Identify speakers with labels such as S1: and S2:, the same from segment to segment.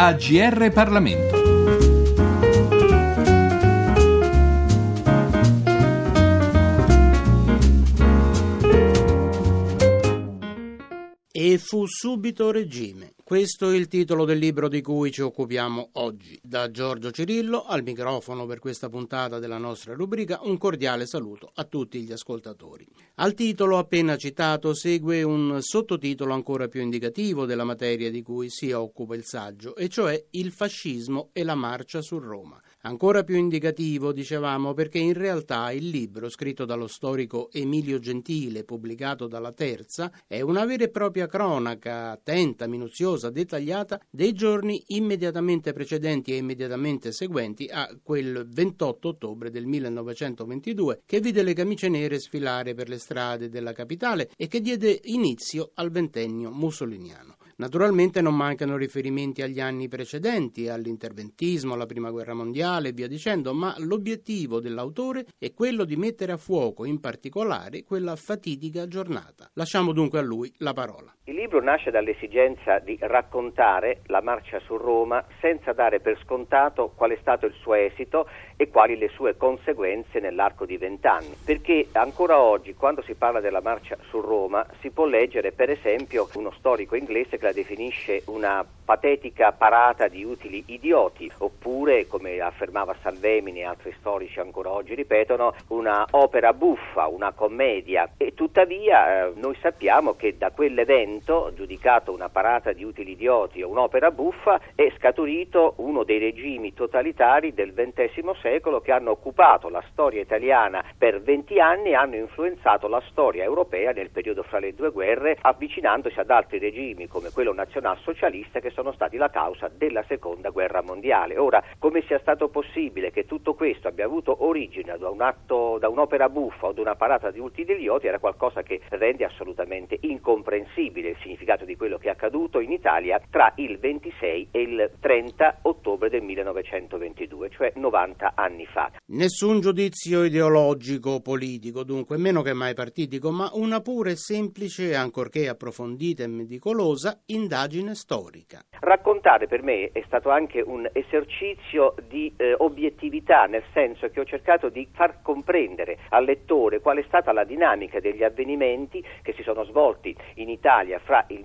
S1: AGR Parlamento.
S2: E fu subito regime. Questo è il titolo del libro di cui ci occupiamo oggi. Da Giorgio Cirillo al microfono per questa puntata della nostra rubrica un cordiale saluto a tutti gli ascoltatori. Al titolo appena citato segue un sottotitolo ancora più indicativo della materia di cui si occupa il saggio, e cioè il fascismo e la marcia su Roma. Ancora più indicativo, dicevamo, perché in realtà il libro, scritto dallo storico Emilio Gentile, pubblicato dalla Terza, è una vera e propria cronaca attenta, minuziosa, dettagliata dei giorni immediatamente precedenti e immediatamente seguenti a quel 28 ottobre del 1922 che vide le camicie nere sfilare per le strade della capitale e che diede inizio al ventennio mussoliniano. Naturalmente non mancano riferimenti agli anni precedenti, all'interventismo, alla Prima Guerra Mondiale e via dicendo, ma l'obiettivo dell'autore è quello di mettere a fuoco in particolare quella fatidica giornata. Lasciamo dunque a lui la parola.
S3: Il libro nasce dall'esigenza di raccontare la marcia su Roma senza dare per scontato qual è stato il suo esito e quali le sue conseguenze nell'arco di 20 anni. Perché ancora oggi, quando si parla della marcia su Roma, si può leggere per esempio uno storico inglese che la definisce una patetica parata di utili idioti, oppure, come affermava Salvemini e altri storici ancora oggi ripetono, una opera buffa, una commedia. E tuttavia noi sappiamo che da quell'evento, giudicato una parata di utili idioti o un'opera buffa, è scaturito uno dei regimi totalitari del XX secolo che hanno occupato la storia italiana per 20 anni e hanno influenzato la storia europea nel periodo fra le due guerre, avvicinandosi ad altri regimi come quello nazionalsocialista che sono stati la causa della seconda guerra mondiale. Ora, come sia stato possibile che tutto questo abbia avuto origine da un atto, da un'opera buffa o da una parata di utili idioti, era qualcosa che rende assolutamente incomprensibile il significato di quello che è accaduto in Italia tra il 26 e il 30 ottobre del 1922, cioè 90 anni fa.
S2: Nessun giudizio ideologico o politico, dunque, meno che mai partitico, ma una pura e semplice, ancorché approfondita e meticolosa, indagine storica.
S3: Raccontare per me è stato anche un esercizio di obiettività, nel senso che ho cercato di far comprendere al lettore qual è stata la dinamica degli avvenimenti che si sono svolti in Italia fra il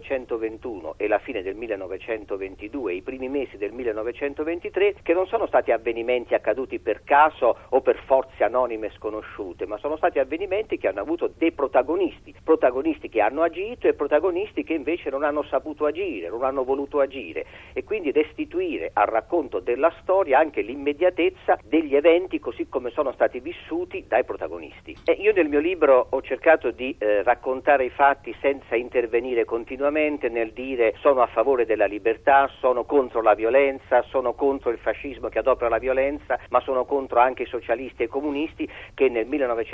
S3: 1921 e la fine del 1922 e i primi mesi del 1923, che non sono stati avvenimenti accaduti per caso o per forze anonime sconosciute, ma sono stati avvenimenti che hanno avuto dei protagonisti che hanno agito e protagonisti che invece non hanno saputo agire, non hanno voluto agire, e quindi restituire al racconto della storia anche l'immediatezza degli eventi così come sono stati vissuti dai protagonisti. Io nel mio libro ho cercato di raccontare i fatti senza intervenire continuamente nel dire sono a favore della libertà, sono contro la violenza, sono contro il fascismo che adopera la violenza, ma sono contro anche i socialisti e i comunisti che nel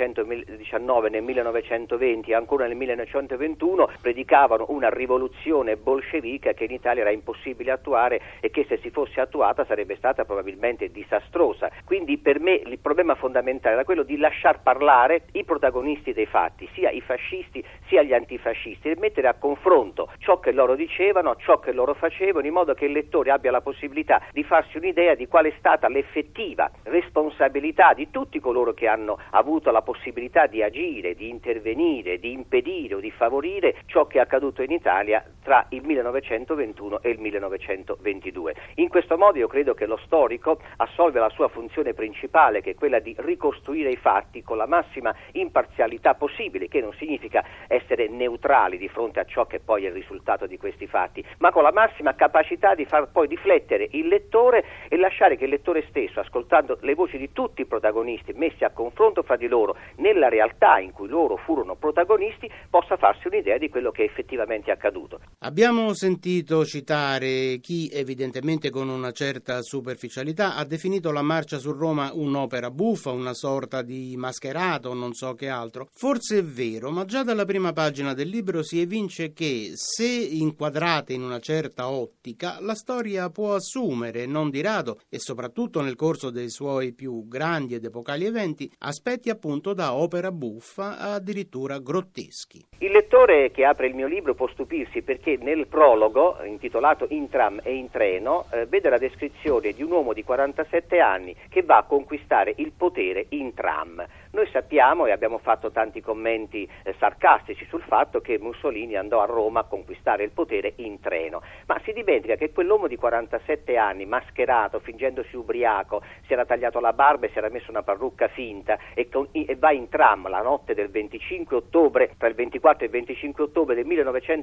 S3: 1919, nel 1920 e ancora nel 1921 predicavano una rivoluzione bolscevica che in Italia era impossibile attuare e che se si fosse attuata sarebbe stata probabilmente disastrosa. Quindi per me il problema fondamentale era quello di lasciar parlare i protagonisti dei fatti, sia i fascisti sia gli antifascisti, e mettere a confronto ciò che loro dicevano, ciò che loro facevano, in modo che il lettore abbia la possibilità di farsi un'idea di qual è stata l'effettiva responsabilità di tutti coloro che hanno avuto la possibilità di agire, di intervenire, di impedire o di favorire ciò che è accaduto in Italia tra il 1921 e il 1922. In questo modo io credo che lo storico assolve la sua funzione principale, che è quella di ricostruire i fatti con la massima imparzialità possibile, che non significa essere neutrali di fronte a ciò che poi è il risultato di questi fatti, ma con la massima capacità di far poi riflettere il lettore e lasciare che il lettore stesso, ascoltando le voci di tutti i protagonisti messi a confronto fra di loro nella realtà in cui loro furono protagonisti, possa farsi un'idea di quello che è effettivamente accaduto.
S2: Abbiamo sentito citare chi, evidentemente con una certa superficialità, ha definito la marcia su Roma un'opera buffa, una sorta di mascherato, non so che altro. Forse è vero, ma già dalla prima pagina del libro si evince che, se inquadrata in una certa ottica, la storia può assumere, non di rado, e soprattutto nel corso dei suoi più grandi ed epocali eventi, aspetti appunto da opera buffa, addirittura grotteschi.
S3: Il lettore che apre il mio libro può stupirsi perché che nel prologo, intitolato In tram e in treno, vede la descrizione di un uomo di 47 anni che va a conquistare il potere in tram. Noi sappiamo e abbiamo fatto tanti commenti sarcastici sul fatto che Mussolini andò a Roma a conquistare il potere in treno, ma si dimentica che quell'uomo di 47 anni, mascherato, fingendosi ubriaco, si era tagliato la barba e si era messo una parrucca finta e va in tram la notte del 25 ottobre, tra il 24 e il 25 ottobre del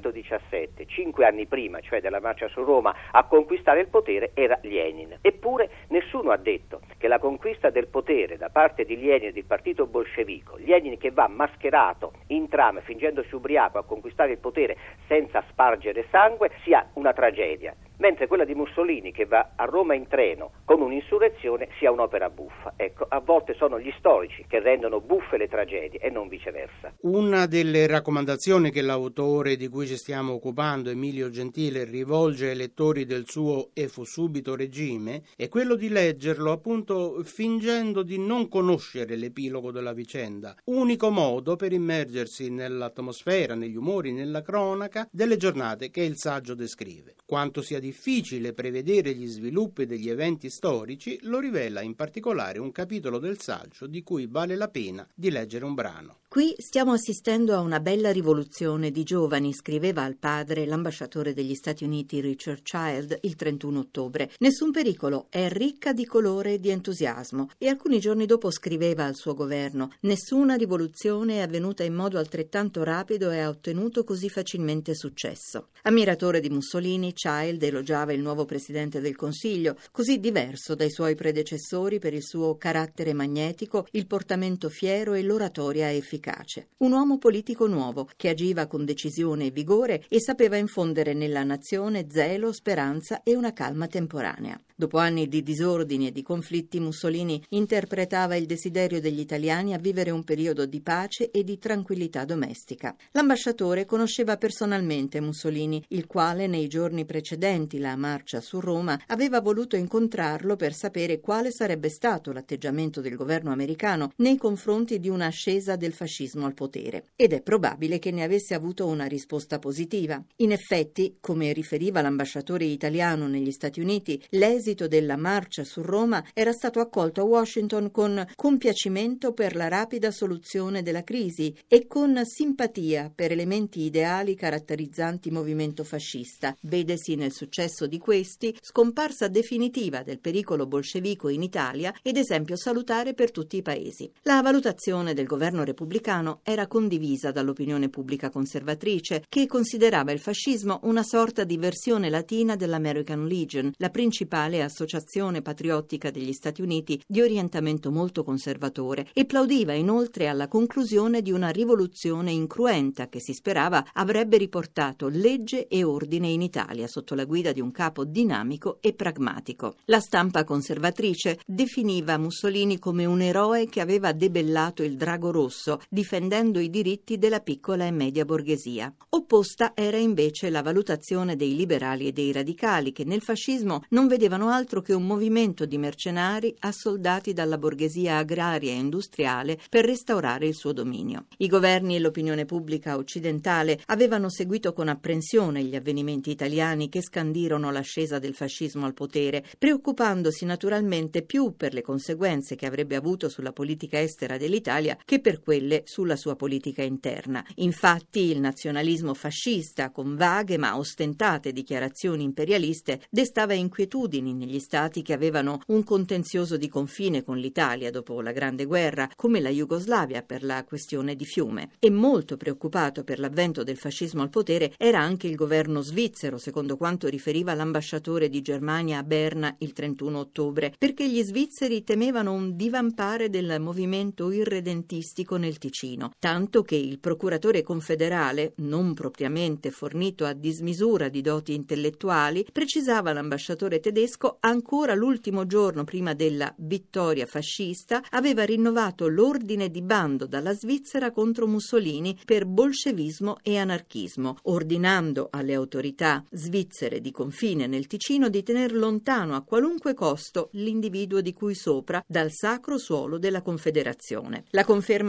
S3: 1917, 5 anni prima, cioè della marcia su Roma, a conquistare il potere, era Lenin. Eppure nessuno ha detto che la conquista del potere da parte di Lenin e del partito bolscevico, Lenin che va mascherato in tram fingendosi ubriaco a conquistare il potere senza spargere sangue, sia una tragedia, mentre quella di Mussolini che va a Roma in treno con un'insurrezione sia un'opera buffa. Ecco, a volte sono gli storici che rendono buffe le tragedie e non viceversa.
S2: Una delle raccomandazioni che l'autore di cui ci stiamo occupando, Emilio Gentile, rivolge ai lettori del suo E fu subito regime è quello di leggerlo appunto fingendo di non conoscere l'epilogo della vicenda, unico modo per immergersi nell'atmosfera, negli umori, nella cronaca delle giornate che il saggio descrive. Quanto sia difficile prevedere gli sviluppi degli eventi storici lo rivela in particolare un capitolo del saggio di cui vale la pena di leggere un brano.
S1: Qui stiamo assistendo a una bella rivoluzione di giovani, scriveva al padre l'ambasciatore degli Stati Uniti Richard Child il 31 ottobre. Nessun pericolo, è ricca di colore e di entusiasmo. E alcuni giorni dopo scriveva al suo governo: nessuna rivoluzione è avvenuta in modo altrettanto rapido e ha ottenuto così facilmente successo. Ammiratore di Mussolini, Child elogiava il nuovo presidente del Consiglio, così diverso dai suoi predecessori per il suo carattere magnetico, il portamento fiero e l'oratoria efficace. Un uomo politico nuovo che agiva con decisione e vigore e sapeva infondere nella nazione zelo, speranza e una calma temporanea. Dopo anni di disordini e di conflitti, Mussolini interpretava il desiderio degli italiani a vivere un periodo di pace e di tranquillità domestica. L'ambasciatore conosceva personalmente Mussolini, il quale nei giorni precedenti la marcia su Roma aveva voluto incontrarlo per sapere quale sarebbe stato l'atteggiamento del governo americano nei confronti di un'ascesa del fascismo al potere. Ed è probabile che ne avesse avuto una risposta positiva. In effetti, come riferiva l'ambasciatore italiano negli Stati Uniti, l'esito della marcia su Roma era stato accolto a Washington con compiacimento per la rapida soluzione della crisi e con simpatia per elementi ideali caratterizzanti il movimento fascista. Vedesi nel successo di questi scomparsa definitiva del pericolo bolscevico in Italia ed esempio salutare per tutti i paesi. La valutazione del governo repubblicano era condivisa dall'opinione pubblica conservatrice, che considerava il fascismo una sorta di versione latina dell'American Legion, la principale associazione patriottica degli Stati Uniti di orientamento molto conservatore, e plaudiva inoltre alla conclusione di una rivoluzione incruenta che si sperava avrebbe riportato legge e ordine in Italia sotto la guida di un capo dinamico e pragmatico. La stampa conservatrice definiva Mussolini come un eroe che aveva debellato il drago rosso, difendendo i diritti della piccola e media borghesia. Opposta era invece la valutazione dei liberali e dei radicali, che nel fascismo non vedevano altro che un movimento di mercenari assoldati dalla borghesia agraria e industriale per restaurare il suo dominio. I governi e l'opinione pubblica occidentale avevano seguito con apprensione gli avvenimenti italiani che scandirono l'ascesa del fascismo al potere, preoccupandosi naturalmente più per le conseguenze che avrebbe avuto sulla politica estera dell'Italia che per quelle sulla sua politica interna. Infatti il nazionalismo fascista, con vaghe ma ostentate dichiarazioni imperialiste, destava inquietudini negli stati che avevano un contenzioso di confine con l'Italia dopo la Grande Guerra, come la Jugoslavia per la questione di Fiume. E molto preoccupato per l'avvento del fascismo al potere era anche il governo svizzero, secondo quanto riferiva l'ambasciatore di Germania a Berna il 31 ottobre, perché gli svizzeri temevano un divampare del movimento irredentistico nel Ticino, tanto che il procuratore confederale, non propriamente fornito a dismisura di doti intellettuali, precisava all'ambasciatore tedesco ancora l'ultimo giorno prima della vittoria fascista aveva rinnovato l'ordine di bando dalla Svizzera contro Mussolini per bolscevismo e anarchismo, ordinando alle autorità svizzere di confine nel Ticino di tener lontano a qualunque costo l'individuo di cui sopra dal sacro suolo della Confederazione. La conferma del bando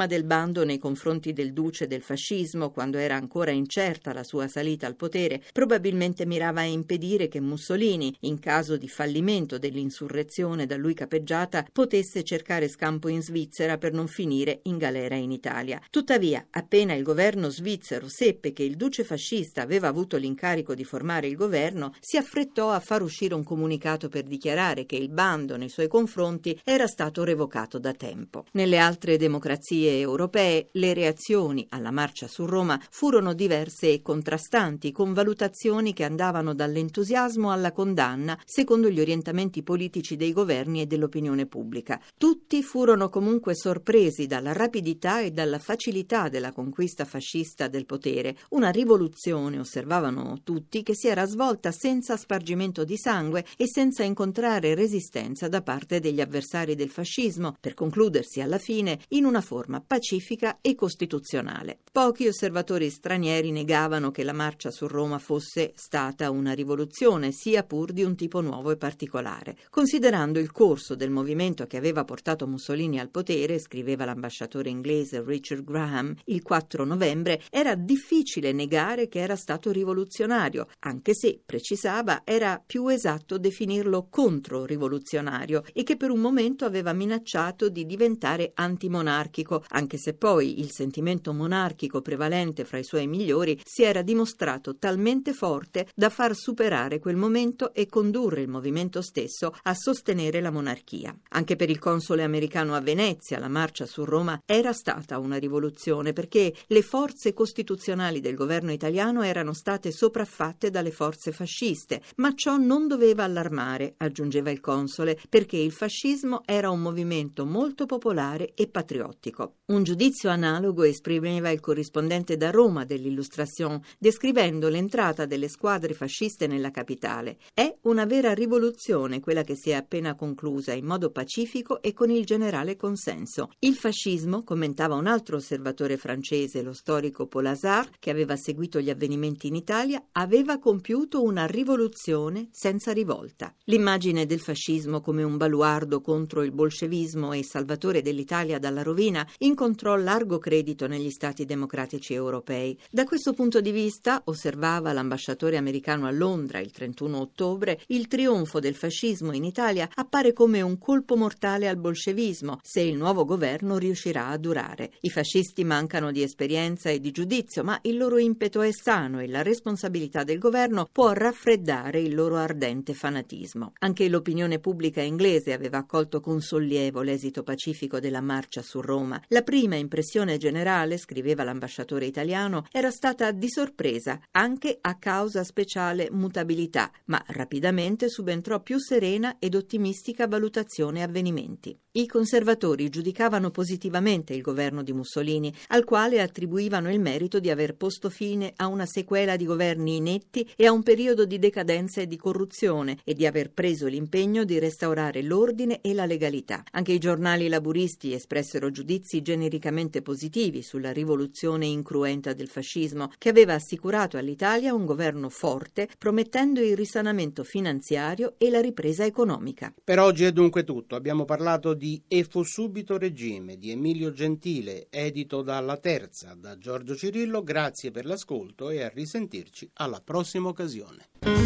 S1: bando nei confronti del duce del fascismo quando era ancora incerta la sua salita al potere probabilmente mirava a impedire che Mussolini, in caso di fallimento dell'insurrezione da lui capeggiata, potesse cercare scampo in Svizzera per non finire in galera in Italia. Tuttavia, appena il governo svizzero seppe che il duce fascista aveva avuto l'incarico di formare il governo, si affrettò a far uscire un comunicato per dichiarare che il bando nei suoi confronti era stato revocato da tempo. Nelle altre democrazie europee le reazioni alla marcia su Roma furono diverse e contrastanti, con valutazioni che andavano dall'entusiasmo alla condanna secondo gli orientamenti politici dei governi e dell'opinione pubblica. Tutti furono comunque sorpresi dalla rapidità e dalla facilità della conquista fascista del potere. Una rivoluzione, osservavano tutti, che si era svolta senza spargimento di sangue e senza incontrare resistenza da parte degli avversari del fascismo, per concludersi alla fine in una forma pacifica e costituzionale. Pochi osservatori stranieri negavano che la marcia su Roma fosse stata una rivoluzione, sia pur di un tipo nuovo e particolare. Considerando il corso del movimento che aveva portato Mussolini al potere, scriveva l'ambasciatore inglese Richard Graham il 4 novembre, era difficile negare che era stato rivoluzionario, anche se, precisava, era più esatto definirlo controrivoluzionario e che per un momento aveva minacciato di diventare antimonarchico, anche se poi il sentimento monarchico prevalente fra i suoi migliori si era dimostrato talmente forte da far superare quel momento e condurre il movimento stesso a sostenere la monarchia. Anche per il console americano a Venezia la marcia su Roma era stata una rivoluzione, perché le forze costituzionali del governo italiano erano state sopraffatte dalle forze fasciste, ma ciò non doveva allarmare, aggiungeva il console, perché il fascismo era un movimento molto popolare e patriottico. Un giudizio analogo esprimeva il corrispondente da Roma dell'Illustration, descrivendo l'entrata delle squadre fasciste nella capitale. È una vera rivoluzione quella che si è appena conclusa in modo pacifico e con il generale consenso. Il fascismo, commentava un altro osservatore francese, lo storico Paul Hazard, che aveva seguito gli avvenimenti in Italia, aveva compiuto una rivoluzione senza rivolta. L'immagine del fascismo come un baluardo contro il bolscevismo e salvatore dell'Italia dalla rovina incontrò largo credito negli stati democratici europei. Da questo punto di vista, osservava l'ambasciatore americano a Londra il 31 ottobre, il trionfo del fascismo in Italia appare come un colpo mortale al bolscevismo se il nuovo governo riuscirà a durare. I fascisti mancano di esperienza e di giudizio, ma il loro impeto è sano e la responsabilità del governo può raffreddare il loro ardente fanatismo. Anche l'opinione pubblica inglese aveva accolto con sollievo l'esito pacifico della marcia su Roma. La prima impressione generale, scriveva l'ambasciatore italiano, era stata di sorpresa, anche a causa speciale mutabilità, ma rapidamente subentrò più serena ed ottimistica valutazione avvenimenti. I conservatori giudicavano positivamente il governo di Mussolini, al quale attribuivano il merito di aver posto fine a una sequela di governi inetti e a un periodo di decadenza e di corruzione e di aver preso l'impegno di restaurare l'ordine e la legalità. Anche i giornali laburisti espressero giudizi genericamente positivi sulla rivoluzione incruenta del fascismo, che aveva assicurato all'Italia un governo forte, promettendo il risanamento finanziario e la ripresa economica.
S2: Per oggi è dunque tutto. Abbiamo parlato di E fu subito regime di Emilio Gentile, edito dalla Terza, da Giorgio Cirillo. Grazie per l'ascolto e a risentirci alla prossima occasione.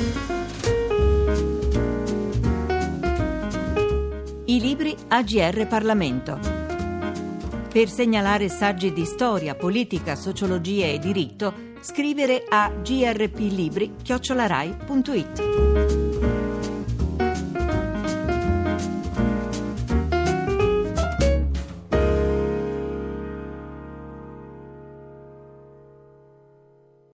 S1: I libri AGR Parlamento. Per segnalare saggi di storia, politica, sociologia e diritto, scrivere a grplibri@rai.it.